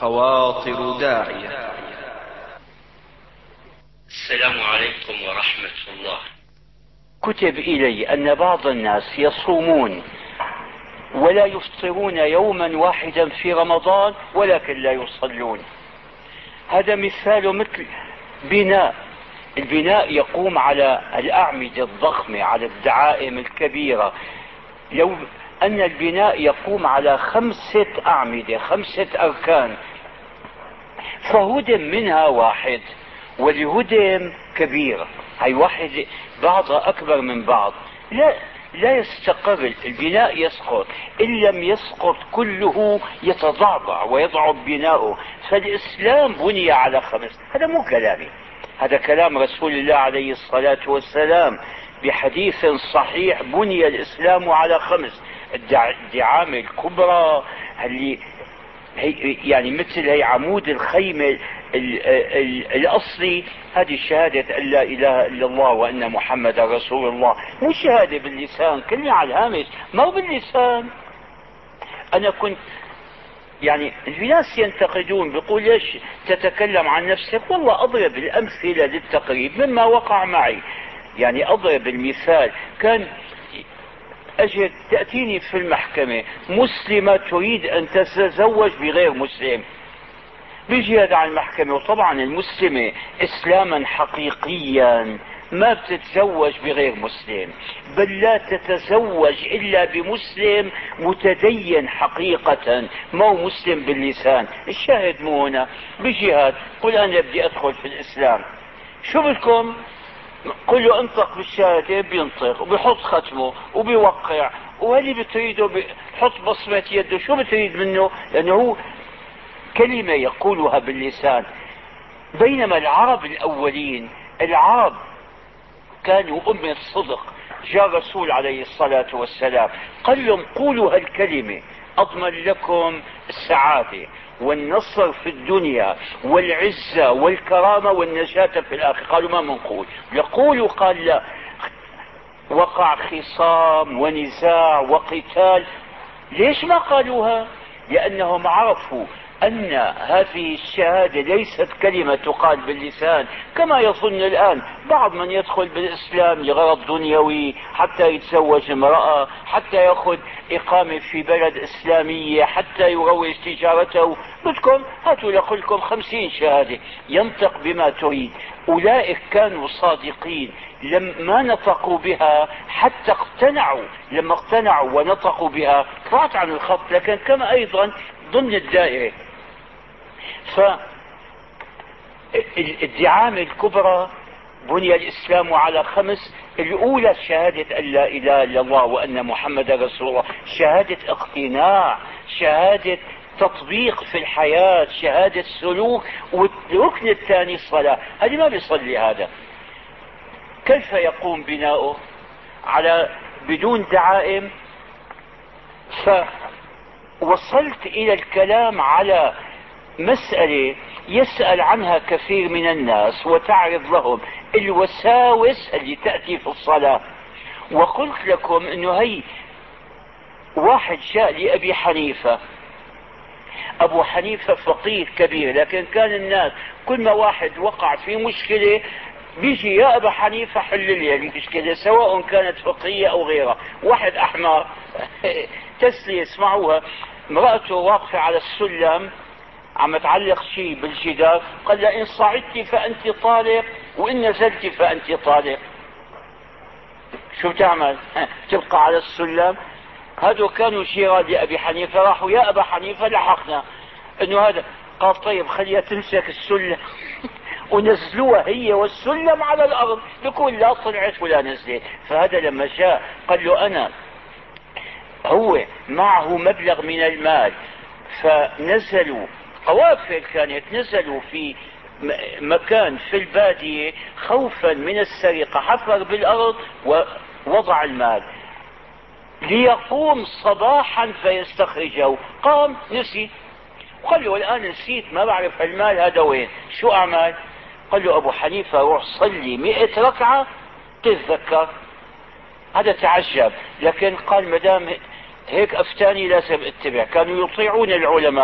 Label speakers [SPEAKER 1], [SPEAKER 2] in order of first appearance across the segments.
[SPEAKER 1] خواطر داعية.
[SPEAKER 2] السلام عليكم ورحمة الله.
[SPEAKER 3] كتب إلي أن بعض الناس يصومون ولا يفطرون يوما واحدا في رمضان ولكن لا يصلون. هذا مثال مثل بناء. البناء يقوم على الأعمدة الضخمة، على الدعائم الكبيرة. لو أن البناء يقوم على 5 أعمدة، 5 أركان، فهدم منها واحد والهدم كبير، هاي واحد بعضها أكبر من بعض، لا يستقر البناء، يسقط. إن لم يسقط كله يتضعضع ويضعف بناؤه. فالإسلام بني على 5. هذا مو كلامي، هذا كلام رسول الله عليه الصلاة والسلام بحديث صحيح. بني الإسلام على 5. الدعامة الكبرى اللي يعني مثل هي عمود الخيمة الأصلي، هذه شهادة أن لا إله إلا الله وأن محمد رسول الله. مو شهادة باللسان، كلمة على الهامش، ما هو باللسان. أنا كنت يعني في ناس ينتقدون، بيقول ليش تتكلم عن نفسك؟ والله أضرب الأمثلة للتقريب مما وقع معي. يعني أضرب المثال، كان أجد تأتيني في المحكمة مسلمة تريد أن تتزوج بغير مسلم، بيجي هذا على المحكمة. وطبعا المسلمة إسلاما حقيقيا ما بتتزوج بغير مسلم، بل لا تتزوج إلا بمسلم متدين حقيقة، ما هو مسلم باللسان. الشاهد مو هنا. بيجي هذا قل أنا بدي أدخل في الإسلام، شو بدكم؟ قل له انطق بالشهادة، بينطق وبيحط ختمه وبيوقع، وهلي بتريده بيحط بصمة يده. شو بتريد منه؟ لأنه هو كلمة يقولها باللسان. بينما العرب الأولين، العرب كانوا أمة صدق. جاء رسول عليه الصلاة والسلام قال لهم قولوا هالكلمة أضمن لكم السعادة والنصر في الدنيا والعزة والكرامة والنجاة في الآخرة. قالوا ما منقول؟ يقولوا. قال لا، وقع خصام ونزاع وقتال. ليش ما قالوها؟ لأنهم عرفوا أن هذه الشهادة ليست كلمة تقال باللسان كما يظن الآن بعض من يدخل بالإسلام لغرض دنيوي، حتى يتزوج امرأة، حتى يأخذ إقامة في بلد إسلامية، حتى يروج تجارته. بدكم هاتوا لكلكم 50 شهادة، ينطق بما تريد. أولئك كانوا صادقين، لما نطقوا بها حتى اقتنعوا. لما اقتنعوا ونطقوا بها طلعت عن الخط، لكن كما أيضا ضمن الدائرة. فالدعامة الكبرى بني الإسلام على 5. الأولى شهادة أن لا إله إلا الله وأن محمد رسول الله، شهادة اقتناع، شهادة تطبيق في الحياة، شهادة سلوك. والركن الثاني الصلاة. هذه ما بيصلي هذا، كيف يقوم بناؤه على بدون دعائم؟ فوصلت إلى الكلام على مسألة يسأل عنها كثير من الناس وتعرض لهم الوساوس اللي تأتي في الصلاة. وقلت لكم انه هي واحد جاء لأبي حنيفة. أبو حنيفة فقيه كبير، لكن كان الناس كل ما واحد وقع في مشكلة بيجي يا أبا حنيفة حل لي المشكلة، سواء كانت فقهية أو غيرها. واحد أحمر تسلية اسمعوها، امرأته واقفة على السلم عم تعلق شيء بالجدار، قال لها إن صعدت فأنت طالق وإن نزلت فأنت طالق. شو بتعمل؟ تبقى على السلم؟ هذو كانوا جيران لأبي حنيفة، راحوا يا أبا حنيفة لحقنا إنه هذا. قال طيب خليها تمسك السلم ونزلوها هي والسلم على الأرض، بيقول لا طلعت ولا نزلت. فهذا لما جاء قال له أنا، هو معه مبلغ من المال، فنزلوا قوافل كانت، نزلوا في مكان في البادية خوفا من السرقة، حفر بالأرض ووضع المال ليقوم صباحا فيستخرجه. قام نسي، قال له الآن نسيت، ما بعرف المال هذا وين، شو أعمل؟ قال له أبو حنيفة روح صلي 100 ركعة تتذكر. هذا تعجب، لكن قال مدام هيك أفتاني لازم اتبع. كانوا يطيعون العلماء.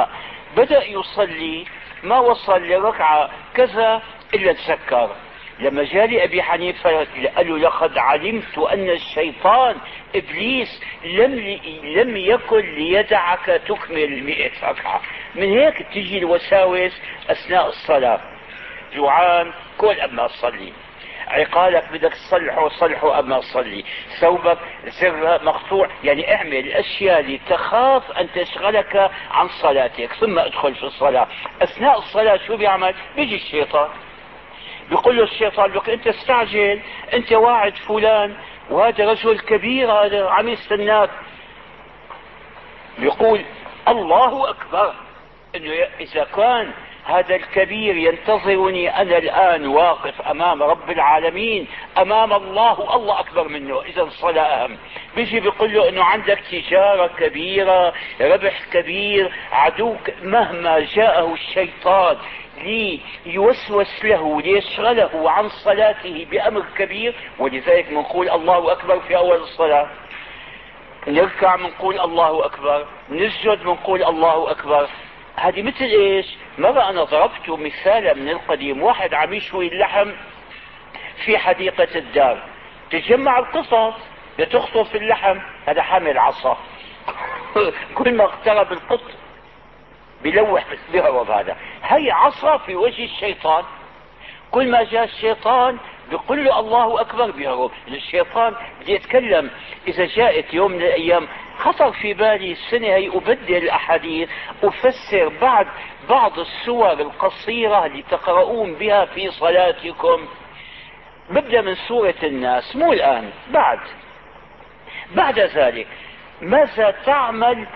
[SPEAKER 3] بدأ يصلي ما وصل لركعة كذا إلا تسكر. لما جاء لأبي حنيفة قال له لقد علمت أن الشيطان إبليس لم يكن ليدعك تكمل 100 ركعة. من هيك تجي الوساوس أثناء الصلاة. جوعان كل قبل ما تصلي، عقالك بدك تصلحه صلحه قبل ما تصلي، ثوبك زر مقطوع، يعني اعمل الاشياء اللي تخاف ان تشغلك عن صلاتك ثم ادخل في الصلاة. اثناء الصلاة شو بيعمل؟ بيجي الشيطان بيقول له الشيطان لك انت استعجل، انت واعد فلان وهذا رجل كبير هذا عم يستناك. بيقول الله اكبر، انه اذا كان هذا الكبير ينتظرني انا الان واقف امام رب العالمين امام الله، الله اكبر منه، اذا الصلاة اهم. بيجي بيقول له انه عندك تجارة كبيرة، ربح كبير، عدوك مهما جاءه الشيطان ليوسوس له ليشغله عن صلاته بامر كبير. ولذلك بنقول الله اكبر في اول الصلاة، نركع بنقول الله اكبر، نسجد بنقول الله اكبر. هذه مثل ايش؟ مرة انا ضربت مثالا من القديم، واحد عم يشوي اللحم في حديقة الدار، تجمع القطط لتخطف اللحم، هذا حامل عصا كل ما اقترب القط بيلوح بيهرب. هذا هي عصا في وجه الشيطان، كل ما جاء الشيطان بيقول له الله اكبر بيهرب. الشيطان بده يتكلم. اذا جاءت يوم من الايام خطر في بالي السنة هي أبدل الأحاديث، أفسر بعض السور القصيرة اللي تقرؤون بها في صلاتكم. ببدأ من سورة الناس، مو الآن، بعد ذلك ماذا تعمل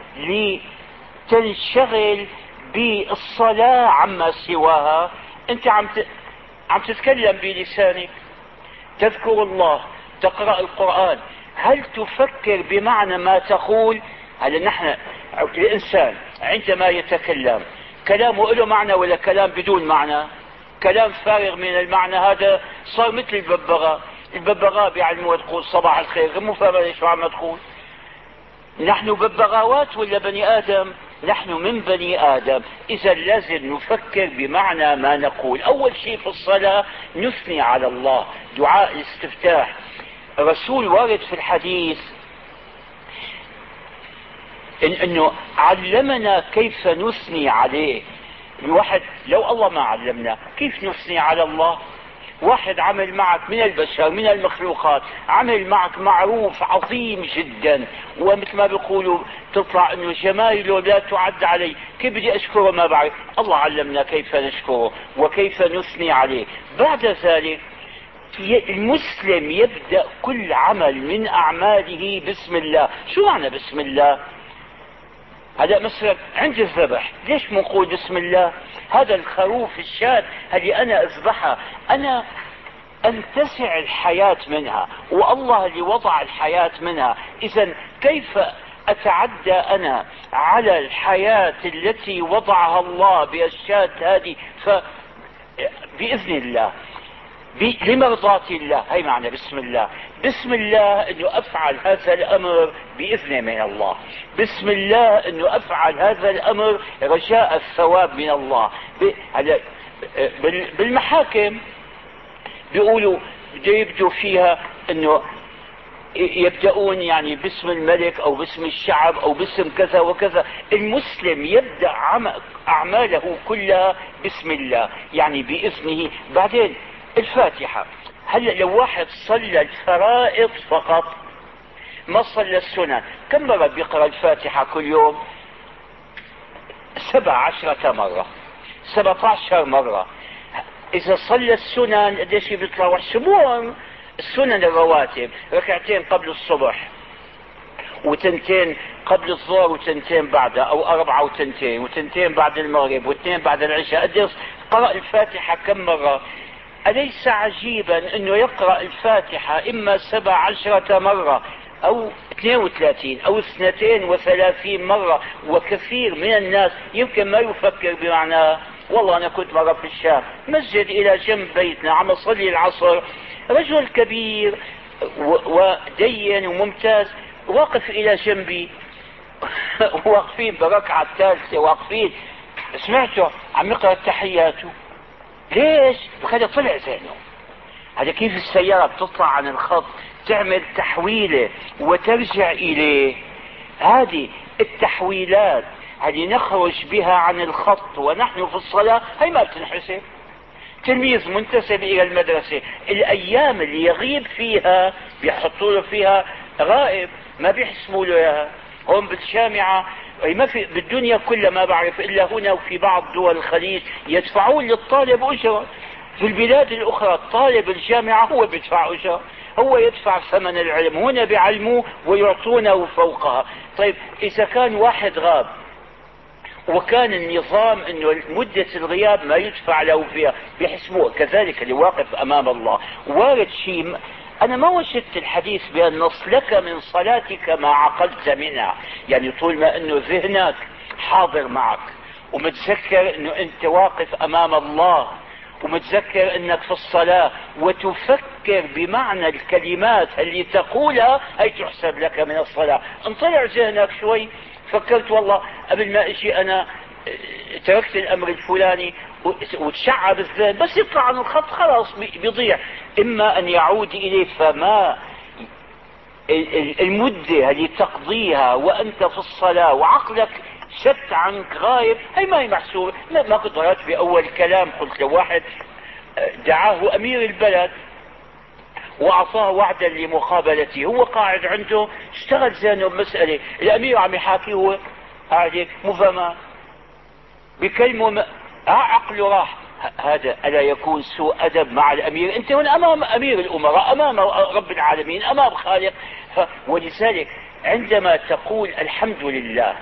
[SPEAKER 3] لتنشغل بالصلاة عما سواها؟ أنت عم تتكلم بلسانك، تذكر الله، تقرأ القرآن، هل تفكر بمعنى ما تقول؟ هل نحن الإنسان عندما يتكلم كلامه له معنى ولا كلام بدون معنى؟ كلام فارغ من المعنى هذا صار مثل الببغاء. الببغاء بيعلموها تقول صباح الخير، مو فاهمة شو عم تقول. نحن ببغاوات ولا بني آدم؟ نحن من بني آدم، إذا لازم نفكر بمعنى ما نقول. أول شيء في الصلاة نثني على الله، دعاء الاستفتاح. الرسول وارد في الحديث انه علمنا كيف نثني عليه. الواحد لو الله ما علمنا كيف نثني على الله؟ واحد عمل معك من البشر من المخلوقات، عمل معك معروف عظيم جدا، ومثل ما بيقولوا تطلع انه جمايله لا تعد عليه، كيف بدي اشكره؟ ما بعرف. الله علمنا كيف نشكره وكيف نثني عليه. بعد ذلك المسلم يبدأ كل عمل من أعماله بسم الله. شو معنى بسم الله؟ هذا مثلا عند الذبح ليش بنقول بسم الله؟ هذا الخروف الشاة اللي أنا أذبحها، أنا أنتزع الحياة منها، والله اللي وضع الحياة منها. إذا كيف أتعدى أنا على الحياة التي وضعها الله بالشاة هذه؟ بإذن الله، لمرضاة الله. هي معنى بسم الله. بسم الله انه افعل هذا الامر باذن من الله، بسم الله انه افعل هذا الامر رجاء الثواب من الله. بالمحاكم بيقولوا بده يبدوا فيها انه يبدأون يعني باسم الملك او باسم الشعب او باسم كذا وكذا. المسلم يبدأ اعماله كلها بسم الله، يعني باذنه. بعدين الفاتحة. هلا لو واحد صلى الفرائض فقط ما صلى السنن، كم مرة بيقرأ الفاتحة كل يوم؟ 17 مرة، 17 مرة. إذا صلى السنن قديش بيطلع؟ واحسبوهم. السنن الرواتب ركعتين قبل الصبح، وتنتين قبل الظهر، وتنتين بعدها، أو 4 وتنتين، وتنتين بعد المغرب، واثنين بعد العشاء. قديش قرأ الفاتحة كم مرة؟ أليس عجيبا أنه يقرأ الفاتحة إما 17 مرة أو 32 أو 32 مرة، وكثير من الناس يمكن ما يفكر بمعناه. والله أنا كنت مرة في الشام، مسجد إلى جنب بيتنا، عم أصلي العصر، رجل كبير ودين وممتاز واقف إلى جنبي واقفين بركعة الثالثة، واقفين سمعته عم يقرأ التحيات. ليش؟ هذا طلع ذهنه. هذا كيف السيارة بتطلع عن الخط تعمل تحويلة وترجع إليه. هذه التحويلات هذه نخرج بها عن الخط ونحن في الصلاة، هي ما بتنحسب. تلميذ منتسب إلى المدرسة، الأيام اللي يغيب فيها بيحطوا له فيها غائب، ما بيحسبوا له إياها. هون بالجامعة ما في بالدنيا كلها ما بعرف إلا هنا وفي بعض دول الخليج يدفعون للطالب أجرة. في البلاد الأخرى طالب الجامعة هو بيدفع أجرة، هو يدفع ثمن العلم، هنا بيعلموه ويعطونه فوقها. طيب إذا كان واحد غاب وكان النظام انه مدة الغياب ما يدفع له فيها بيحسبوه، كذلك اللي واقف امام الله. وارد شيء، انا ما وجدت الحديث بالنص لك من صلاتك ما عقلت منها، يعني طول ما انه ذهنك حاضر معك ومتذكر انه انت واقف امام الله ومتذكر انك في الصلاة وتفكر بمعنى الكلمات اللي تقولها، هي تحسب لك من الصلاة. ان طلع ذهنك شوي فكرت والله قبل ما اجي انا تركت الامر الفلاني وتشعب الذهن، بس يطلع عن الخط خلاص بيضيع. اما ان يعود اليه، فما المدة اللي تقضيها وانت في الصلاة وعقلك شت عنك غايب، هي ما هي محسوبة. ما كنت ضربت باول كلام قلت لواحد دعاه امير البلد واعطاه وعدا لمقابلتي، هو قاعد عنده اشتغل ذهنه بمسألة، الامير عم يحاكي هو قاعد مفهمة بكلمه عقله راح. هذا الا يكون سوء ادب مع الامير؟ انت هنا امام امير الامراء، امام رب العالمين، امام خالق. ولذلك عندما تقول الحمد لله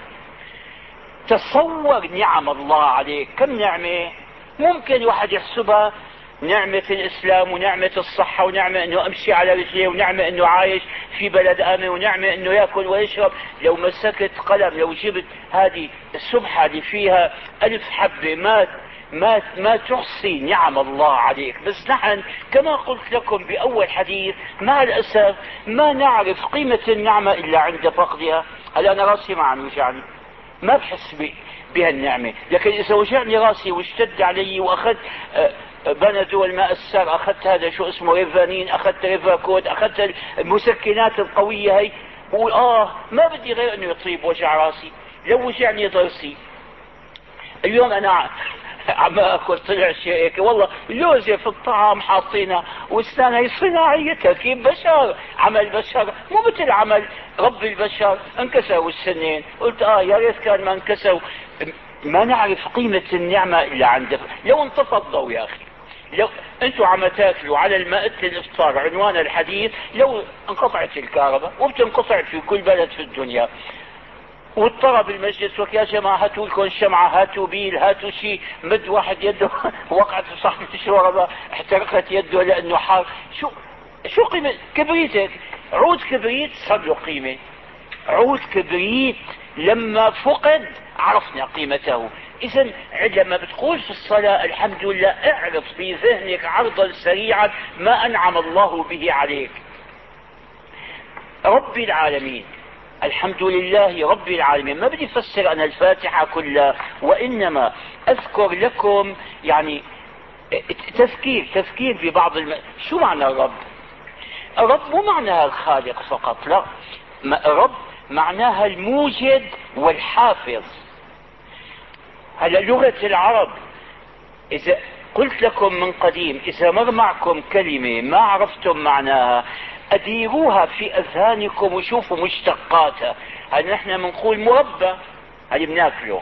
[SPEAKER 3] تصور نعم الله عليك. كم نعمة ممكن واحد يحسبها، نعمة الإسلام ونعمة الصحة ونعمة أنه أمشي على رجليه ونعمة أنه عايش في بلد آمن ونعمة أنه يأكل ويشرب. لو مسكت قلم، لو جبت هذه السبحة اللي فيها 1000 حبة ما تحصي نعم الله عليك. بس نحن كما قلت لكم بأول حديث مع الأسف ما نعرف قيمة النعمة إلا عند فقدها. هلا أنا راسي ما عم يوجعني، ما بحس بها النعمة، لكن إذا وجعني راسي واشتد علي وأخذت بنادول ماء السر، أخذت هذا شو اسمه ريفانين، أخذت ريفاكود، أخذت المسكنات القوية هي، بقول ما بدي غير أنه يطيب وجع راسي. لو وجعني ضرسي اليوم أنا عم اكل طلع شيء هيك والله لوزة في الطعام حاطينها والسنة هي صناعية تركيب بشر، عمل بشر مو مثل عمل رب البشر. انكسروا السنين قلت يا ريت كان ما انكسروا. ما نعرف قيمة النعمة الا عند لو انطفى الضوء. يا اخي لو انتوا عم تاكلوا على المائدة الافطار عنوان الحديث، لو انقطعت الكهرباء وبتنقطع في كل بلد في الدنيا واضطرب المجلس ويا جماعة هاتوا لكم شمعة، هاتوا بيل، هاتوا شيء، مد واحد يده وقعت في صحنة الشوربة احترقت يده لانه حار. شو قيمة كبريت؟ عود كبريت صار له قيمة. عود كبريت لما فقد عرفنا قيمته. اذا لما بتقول في الصلاة الحمد لله، اعرض في ذهنك عرضا سريعا ما انعم الله به عليك. رب العالمين، الحمد لله رب العالمين. ما بدي افسر انا الفاتحة كلها، وانما اذكر لكم يعني تذكير في بعض شو معنى الرب؟ الرب مو معناها الخالق فقط، لا، الرب معناها الموجد والحافظ. هلا لغة العرب اذا قلت لكم من قديم، اذا مر معكم كلمة ما عرفتم معناها اديروها في اذهانكم وشوفوا مشتقاتها. هل نحن بنقول مربى، هل بناكله.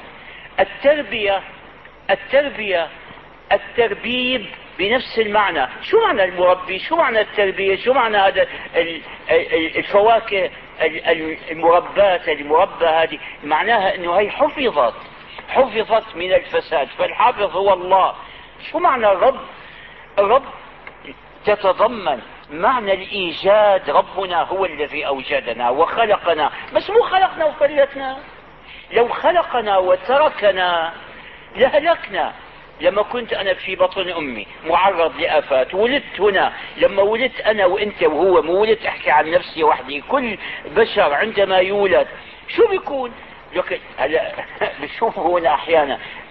[SPEAKER 3] التربيب بنفس المعنى. شو معنى المربي؟ شو معنى التربية؟ شو معنى هذا الفواكه المربات المربى هذه؟ معناها انه هي حفظت من الفساد، فالحافظ هو الله. شو معنى الرب؟ الرب تتضمن معنى الايجاد. ربنا هو الذي اوجدنا وخلقنا، بس مو خلقنا وفلتنا. لو خلقنا وتركنا لهلكنا. لما كنت انا في بطن امي معرض لافات، ولدت هنا، لما ولدت انا وانت وهو، مو ولدت احكي عن نفسي وحدي، كل بشر عندما يولد شو بيكون؟ لكن هلا بشوفوا هنا احيانا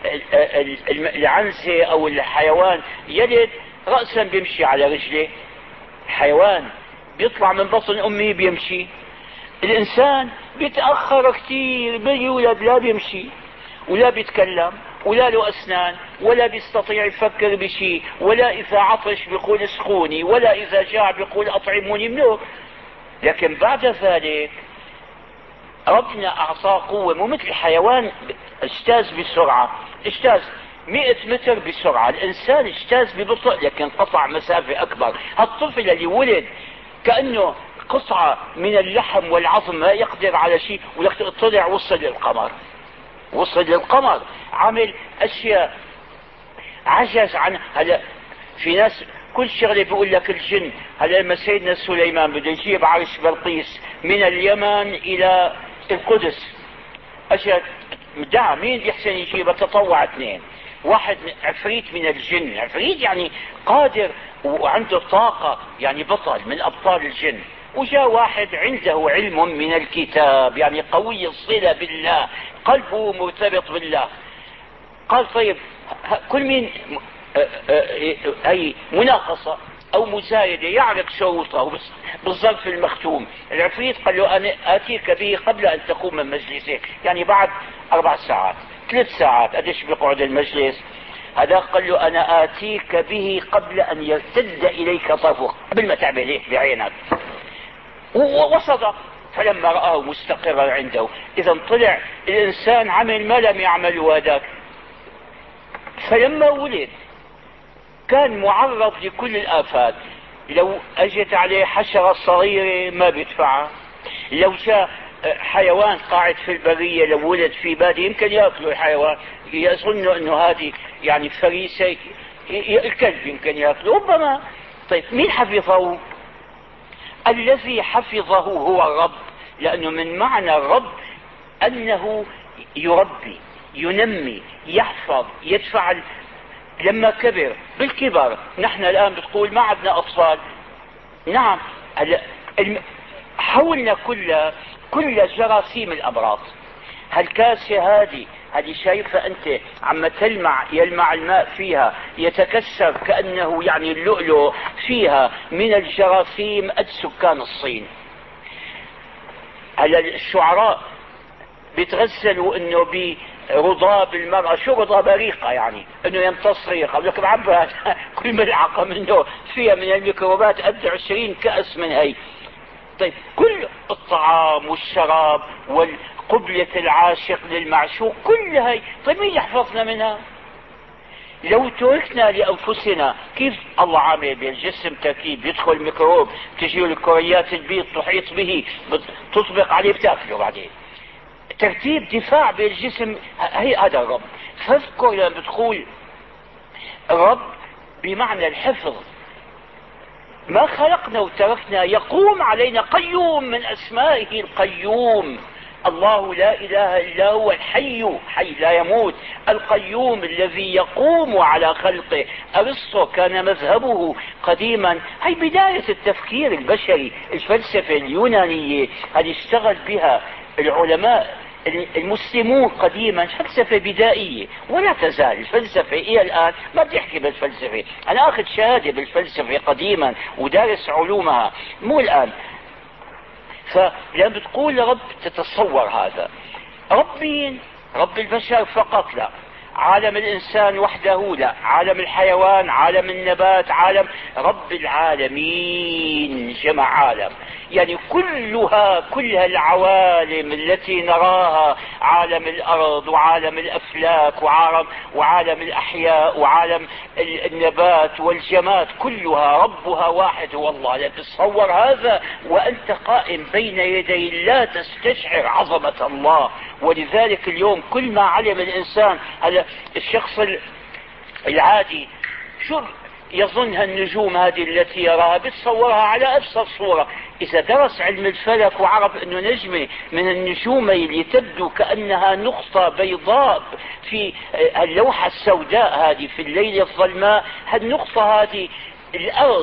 [SPEAKER 3] العنزة او الحيوان يلد رأسا بيمشي على رجله، حيوان بيطلع من بطن امه بيمشي. الانسان بيتأخر كثير، بيولد لا بيمشي ولا بيتكلم ولا له اسنان ولا بيستطيع يفكر بشيء، ولا اذا عطش بيقول اسخوني، ولا اذا جاع بيقول اطعموني منه. لكن بعد ذلك ربنا اعطاه قوة، مو مثل الحيوان اجتاز بسرعة، اجتاز 100 متر بسرعة. الانسان اجتاز ببطء لكن قطع مسافة اكبر. هالطفل اللي ولد كأنه قطعة من اللحم والعظم ما يقدر على شيء، ولك طلع وصل للقمر، وصل للقمر، عمل اشياء عجز عن. هلا في ناس كل شغله بيقول لك الجن. هلا لما سيدنا سليمان بده يجيب عرش بلقيس من اليمن الى القدس، اشياء دعا مين يحسن يجيبها؟ تطوع اثنين، واحد عفريت من الجن، عفريت يعني قادر وعنده طاقة، يعني بطل من ابطال الجن، وجاء واحد عنده علم من الكتاب، يعني قوي الصلة بالله، قلبه مرتبط بالله. قال طيب كل مين هي مناقصة او مزايدة يعرض شروطه بالظرف المختوم. العفريت قال له انا اتيك به قبل ان تقوم من مجلسك، يعني بعد 4 ساعات 3 ساعات قديش بيقعد المجلس. هذا قال له انا اتيك به قبل ان يرتد اليك طرفك، قبل ما تعمل هيك بعينك. وصدق، فلما رآه مستقرا عنده. اذا طلع الانسان عمل ما لم يعمله هذاك. فلما ولد كان معرض لكل الآفات، لو اجت عليه حشرة صغيرة ما بيدفعها، لو جاء حيوان قاعد في البرية لو ولد في بادية يمكن يأكله الحيوان، يظن انه هذه يعني فريسة، الكلب يمكن يأكله ربما. طيب مين حفظه؟ الذي حفظه هو الرب، لأنه من معنى الرب أنه يربي ينمي يحفظ يدفع. لما كبر بالكبر، نحن الآن بتقول ما عندنا أطفال، نعم حولنا كل جراثيم الأمراض. هالكاسة هذه شايفة أنت عم يلمع الماء فيها يتكسر كأنه يعني اللؤلؤ، فيها من الجراثيم قد سكان الصين. هلا الشعراء بيتغزلوا انه برضاب المرأة، شو رضاب ريقة يعني انه يمتص ريقة، لك بعبها كل ملعقة منه فيها من الميكروبات قد 20 كأس من هي. طيب كل الطعام والشراب والقبلة العاشق للمعشوق كل هاي، طيب مين يحفظنا منها؟ لو تركنا لأنفسنا كيف الله عامل بالجسم تركيب، يدخل ميكروب تجي الكريات البيض تحيط به تطبق عليه بتاكله، بعدين ترتيب دفاع بالجسم. هي هذا الرب. فاذكر لما بتقول الرب بمعنى الحفظ، ما خلقنا وتركنا، يقوم علينا، قيوم من اسمائه القيوم. الله لا اله الا هو الحي، حي لا يموت، القيوم الذي يقوم على خلقه. ارسطو كان مذهبه قديما، هي بداية التفكير البشري، الفلسفة اليونانية هذه اشتغل بها العلماء المسلمون قديما، فلسفة بدائية ولا تزال الفلسفة الى الان. ما بدي احكي بالفلسفة، انا اخذ شهادة بالفلسفة قديما ودارس علومها، مو الان. فلما بتقول رب تتصور هذا رب مين؟ رب البشر فقط؟ لا. عالم الانسان وحده؟ لا. عالم الحيوان، عالم النبات، عالم رب العالمين، جمع عالم، يعني كل العوالم التي نراها، عالم الارض وعالم الافلاك وعالم الاحياء وعالم النبات والجماد، كلها ربها واحد هو الله. لا تتصور هذا وانت قائم بين يدي الله تستشعر عظمة الله. ولذلك اليوم كل ما علم الانسان، هذا الشخص العادي شو يظن هالنجوم هذه التي يراها بتصورها على ابسط صورة. اذا درس علم الفلك وعرف انه نجمة من النجوم اللي تبدو كأنها نقطة بيضاء في اللوحة السوداء هذه في الليل الظلماء، هالنقطة هذه الارض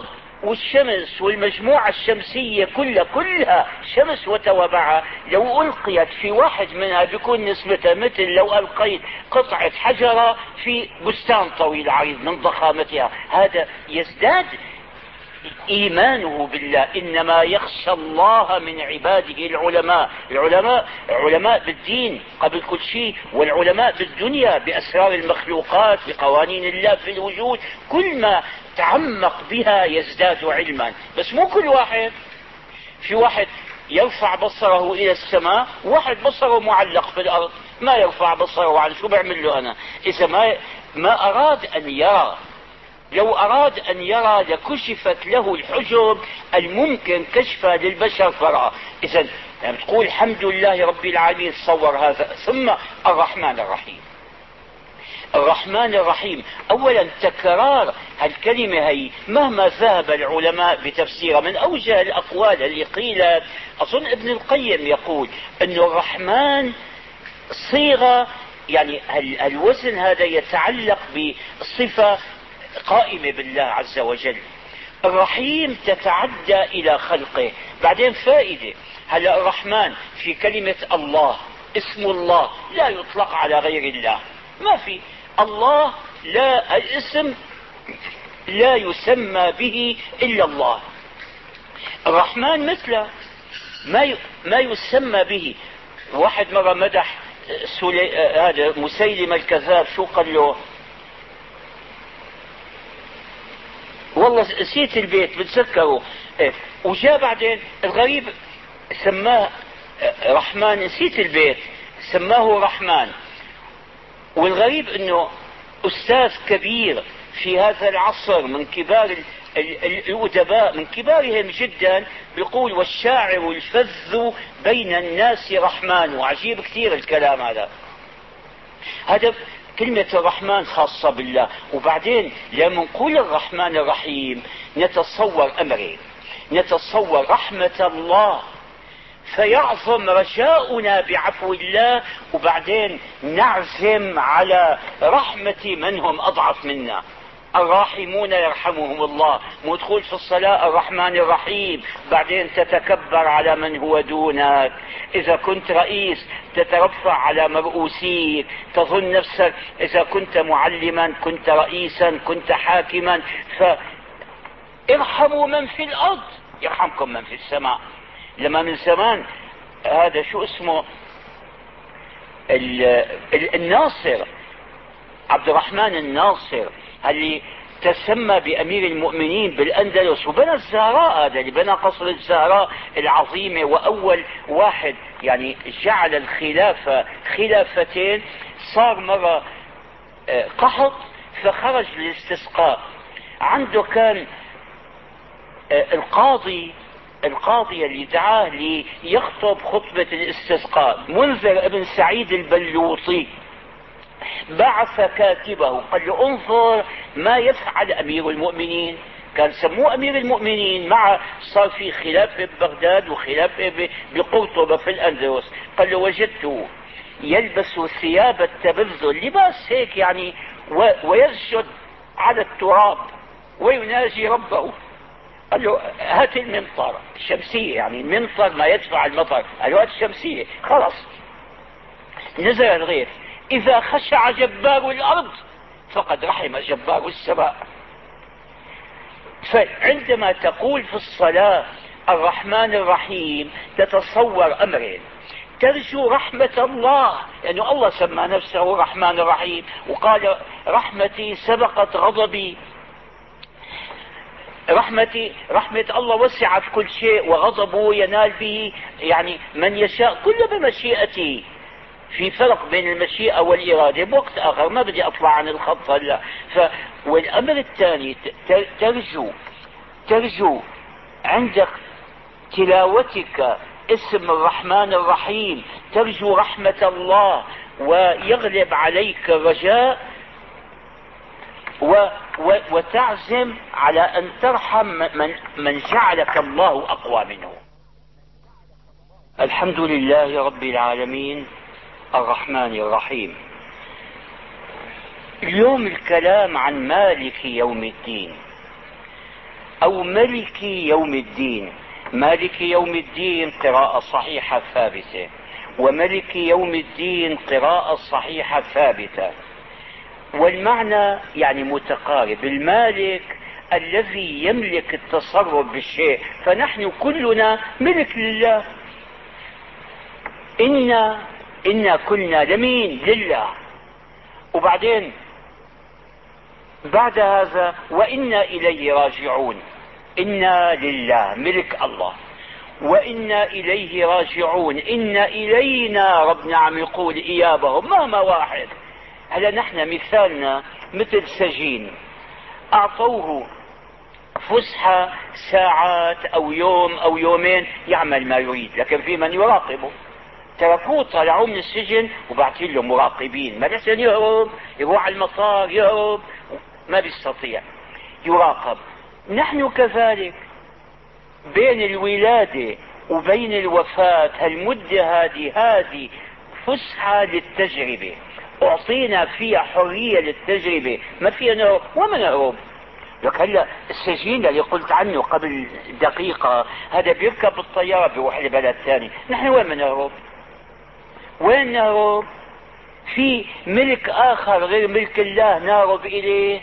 [SPEAKER 3] والشمس والمجموعة الشمسية كلها شمس وتوابعها لو ألقيت في واحد منها بيكون نسبتها مثل لو ألقيت قطعة حجرة في بستان طويل عريض من ضخامتها. هذا يزداد إيمانه بالله. إنما يخشى الله من عباده العلماء. علماء بالدين قبل كل شيء، والعلماء بالدنيا بأسرار المخلوقات بقوانين الله في الوجود. كل ما تعمق بها يزداد علما. بس مو كل واحد. في واحد يرفع بصره إلى السماء، وواحد بصره معلق في الأرض ما يرفع بصره. عن شو بعمل له أنا إذا ما أراد أن يرى؟ لو أراد أن يرى لكشفت له الحجب الممكن كشفها للبشر فرأى. إذا يعني تقول الحمد لله رب العالمين صور هذا. ثم الرحمن الرحيم. الرحمن الرحيم أولا تكرار هالكلمة هي مهما ذهب العلماء بتفسيرها من أوجه الأقوال اللي قيلت. أظن ابن القيم يقول أن الرحمن صيغة، يعني الوزن هذا يتعلق بصفة قائمة بالله عز وجل. الرحيم تتعدى إلى خلقه. بعدين فائدة، هلا الرحمن في كلمة الله، اسم الله لا يطلق على غير الله. ما في الله، لا الاسم لا يسمى به إلا الله. الرحمن مثله ما يسمى به. واحد مرة مدح هذا مسيلمة الكذاب، شو قال له؟ والله نسيت البيت بتذكره. وجاء بعدين الغريب سماه رحمن، نسيت البيت سماه رحمن. والغريب انه استاذ كبير في هذا العصر من كبار الأدباء، من كبارهم جدا، بيقول والشاعر الفذ بين الناس رحمن. وعجيب كثير الكلام هذا كلمة الرحمن خاصة بالله. وبعدين لما نقول الرحمن الرحيم نتصور أمرين. نتصور رحمة الله فيعظم رجاؤنا بعفو الله، وبعدين نعزم على رحمة من هم أضعف منا. الراحمون يرحمهم الله. مدخول في الصلاة الرحمن الرحيم، بعدين تتكبر على من هو دونك. إذا كنت رئيس تترفع على مرؤوسيك، تظن نفسك إذا كنت معلما كنت رئيسا كنت حاكما. فارحموا من في الأرض يرحمكم من في السماء. لما من زمان هذا شو اسمه الناصر، عبد الرحمن الناصر اللي تسمى بأمير المؤمنين بالأندلس، وبنى الزهراء، هذا اللي بنى قصر الزهراء العظيمة، وأول واحد يعني جعل الخلافة خلافتين. صار مرة قحط فخرج للاستسقاء. عنده كان القاضي اللي دعاه ليخطب خطبة الاستسقاء منذر ابن سعيد البلوطي، بعث كاتبه قال له انظر ما يفعل أمير المؤمنين. كان سموه أمير المؤمنين، مع صار في خلافة ببغداد وخلافة بقرطبة في الأندلس. قال له وجدته يلبس ثياب التبذل، لباس هيك يعني، ويسجد على التراب ويناجي ربه. قال له هات المنطر الشمسية، يعني المنطر ما يدفع المطر. قال له هات الشمسية. خلاص نزل الغيث. إذا خشع جبار الأرض فقد رحم جبار السماء. فعندما تقول في الصلاة الرحمن الرحيم تتصور أمرين. ترجو رحمة الله، لأنه الله سمى نفسه الرحمن الرحيم وقال رحمتي سبقت غضبي. رحمة الله وسعت كل شيء، وغضبه ينال به يعني من يشاء، كل بمشيئته. في فرق بين المشيئة والإرادة بوقت آخر، ما بدي أطلع عن الخط هلا. والأمر الثاني ترجو عندك تلاوتك اسم الرحمن الرحيم، ترجو رحمة الله ويغلب عليك الرجاء، وتعزم على أن ترحم من جعلك الله أقوى منه. الحمد لله رب العالمين الرحمن الرحيم. اليوم الكلام عن مالك يوم الدين. أو ملك يوم الدين. مالك يوم الدين قراءة صحيحة ثابتة، وملك يوم الدين قراءة صحيحة ثابتة، والمعنى يعني متقارب. المالك الذي يملك التصرف بالشيء، فنحن كلنا ملك لله. إنا كلنا لمين؟ لله. وبعدين بعد هذا وإنا إليه راجعون. إنا لله ملك الله، وإنا إليه راجعون. إن إلينا ربنا عم يقول إيابهم مهما واحد. هلا نحن مثالنا مثل سجين أعطوه فسحة ساعات أو يوم أو يومين يعمل ما يريد، لكن في من يراقبه. تركوه طلعوه من السجن وبعتين له مراقبين، ما بيحسن يهرب، يروح على المطار يهرب، ما بيستطيع، يراقب. نحن كذلك بين الولادة وبين الوفاة هالمدة هذه فسحة للتجربة، أعطينا فيها حرية للتجربة، ما فيها نهرب وما نهرب. لك هلا السجين اللي قلت عنه قبل دقيقة هذا بيركب الطيارة بيروح لبلد ثاني، نحن وين نهرب؟ وين نهرب؟ في ملك آخر غير ملك الله نهرب إليه؟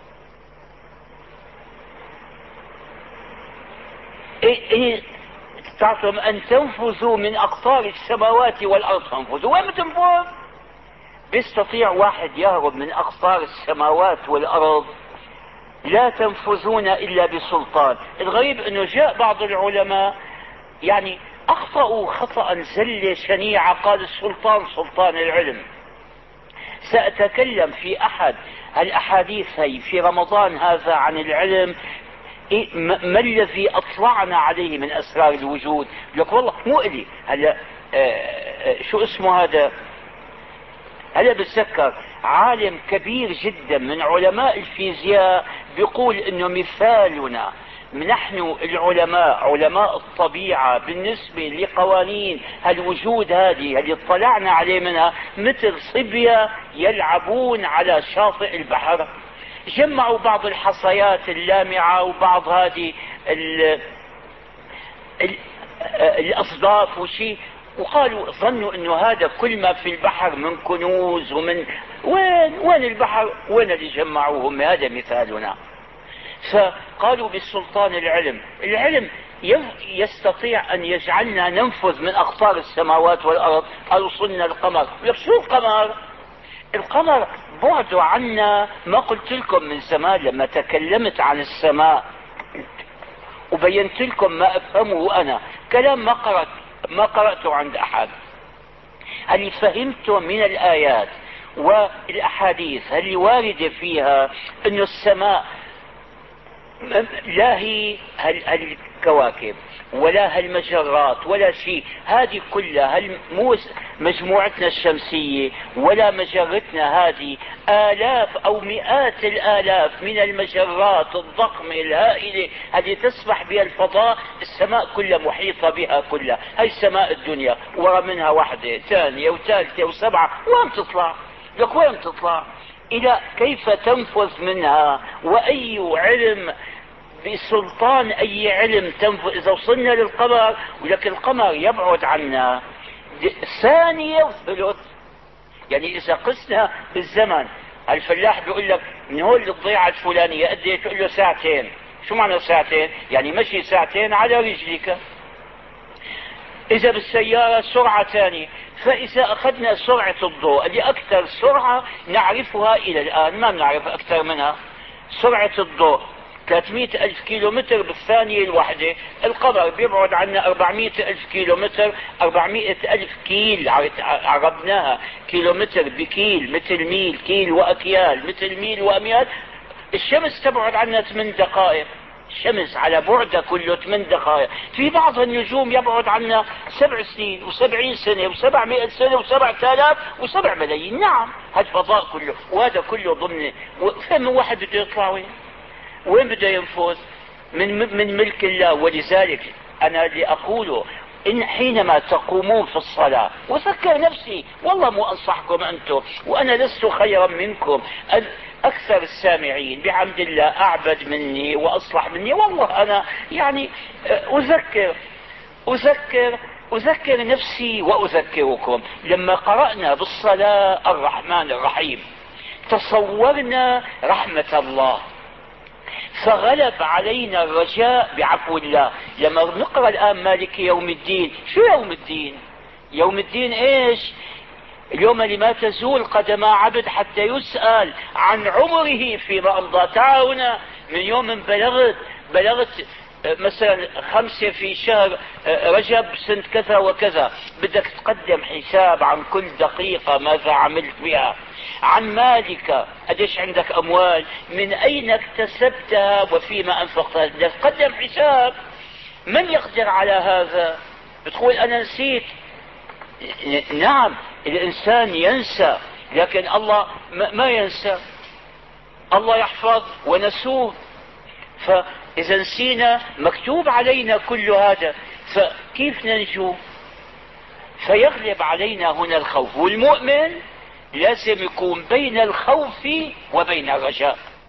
[SPEAKER 3] إيه تعطم أن تنفذوا من أقطار السماوات والأرض فانفذوا. وين بتنفذ؟ بيستطيع واحد يهرب من أقطار السماوات والأرض؟ لا تنفذون إلا بسلطان. الغريب أنه جاء بعض العلماء يعني أخطأوا خطأ زلة شنيعة، قال السلطان سلطان العلم. سأتكلم في أحد الأحاديث في رمضان هذا عن العلم، ما الذي أطلعنا عليه من أسرار الوجود. لك والله مؤلي. هلا شو اسمه هذا؟ هلا بتذكر عالم كبير جدا من علماء الفيزياء بيقول انه مثالنا نحن العلماء علماء الطبيعة بالنسبة لقوانين الوجود هذه اللي اطلعنا عليه منها مثل صبية يلعبون على شاطئ البحر. جمعوا بعض الحصيات اللامعة وبعض هذه الأصداف وشي، وقالوا ظنوا انه هذا كل ما في البحر من كنوز ومن وين البحر، وين اللي جمعوهم؟ هذا مثالنا. فقالوا بالسلطان العلم يستطيع ان يجعلنا ننفذ من اقطار السماوات والارض. قالوا صلنا القمر. لك شو القمر؟ القمر بعده عنا. ما قلت لكم من زمان لما تكلمت عن السماء وبينت لكم ما افهمه انا، كلام ما قرأته عند احد، اللي فهمته من الايات والاحاديث اللي واردة فيها انه السماء لا هي الكواكب ولا هالمجرات ولا شيء، هذه كلها مو مجموعتنا الشمسية ولا مجرتنا هذه، آلاف أو مئات الآلاف من المجرات الضخمة الهائلة التي تسبح بها الفضاء. السماء كلها محيطة بها كلها. هاي السماء الدنيا ورا منها واحدة ثانية وثالثة وسبعة، وين تطلع؟ لك وين تطلع؟ إلى كيف تنفذ منها؟ وأي علم بسلطان أي علم تنفذ؟ إذا وصلنا للقمر، ولكن القمر يبعد عنا ثانية وثلث. يعني إذا قسنا بالزمن، الفلاح بيقول لك من هون للضيعة الفلانية قد ايه؟ تقول له ساعتين. شو معنى ساعتين؟ يعني مشي ساعتين على رجلك. إذا بالسيارة سرعة ثانية. فإذا أخذنا سرعة الضوء اللي أكثر سرعة نعرفها إلى الآن، ما بنعرف أكثر منها، سرعة الضوء 300 ألف كيلومتر بالثانية الواحدة. القمر بيبعد عنا 400 ألف كيلومتر. 400 ألف كيل عربناها كيلومتر بكيل، مثل ميل، كيل وأكيال مثل ميل وأميال. الشمس تبعد عنا 8 دقائق. الشمس على بعدها كله 8 دقائق. في بعض النجوم يبعد عنا 7 سنين و70 سنة و700 سنة و7000 و7 ملايين. نعم هذا فضاء كله، وهذا كله ضمن. فهم واحد بده يطلع وين بده ينفذ؟ من ملك الله. ولذلك أنا اللي أقوله إن حينما تقومون في الصلاة، وذكر نفسي والله مو أنصحكم أنتم، وأنا لست خيرا منكم، أكثر السامعين بحمد الله أعبد مني وأصلح مني، والله أنا يعني أذكر نفسي وأذكركم. لما قرأنا بالصلاة الرحمن الرحيم تصورنا رحمة الله، فغلب علينا الرجاء بعفو الله. لما نقرأ الآن مالك يوم الدين، شو يوم الدين؟ يوم الدين إيش؟ اليوم لما تزول قدم عبد حتى يسأل عن عمره فيما أمضى. تعالوا من يوم بلغت مثلا 5 في شهر رجب سنة كذا وكذا، بدك تقدم حساب عن كل دقيقة ماذا عملت بها، عن مالك قديش عندك أموال، من أين اكتسبتها وفيما أنفقتها، بدك تقدم حساب. من يقدر على هذا؟ بتقول أنا نسيت. نعم الإنسان ينسى، لكن الله ما ينسى، الله يحفظ ونسوه. فإذا نسينا مكتوب علينا كل هذا، فكيف ننجو؟ فيغلب علينا هنا الخوف، والمؤمن لازم يكون بين الخوف وبين الرجاء.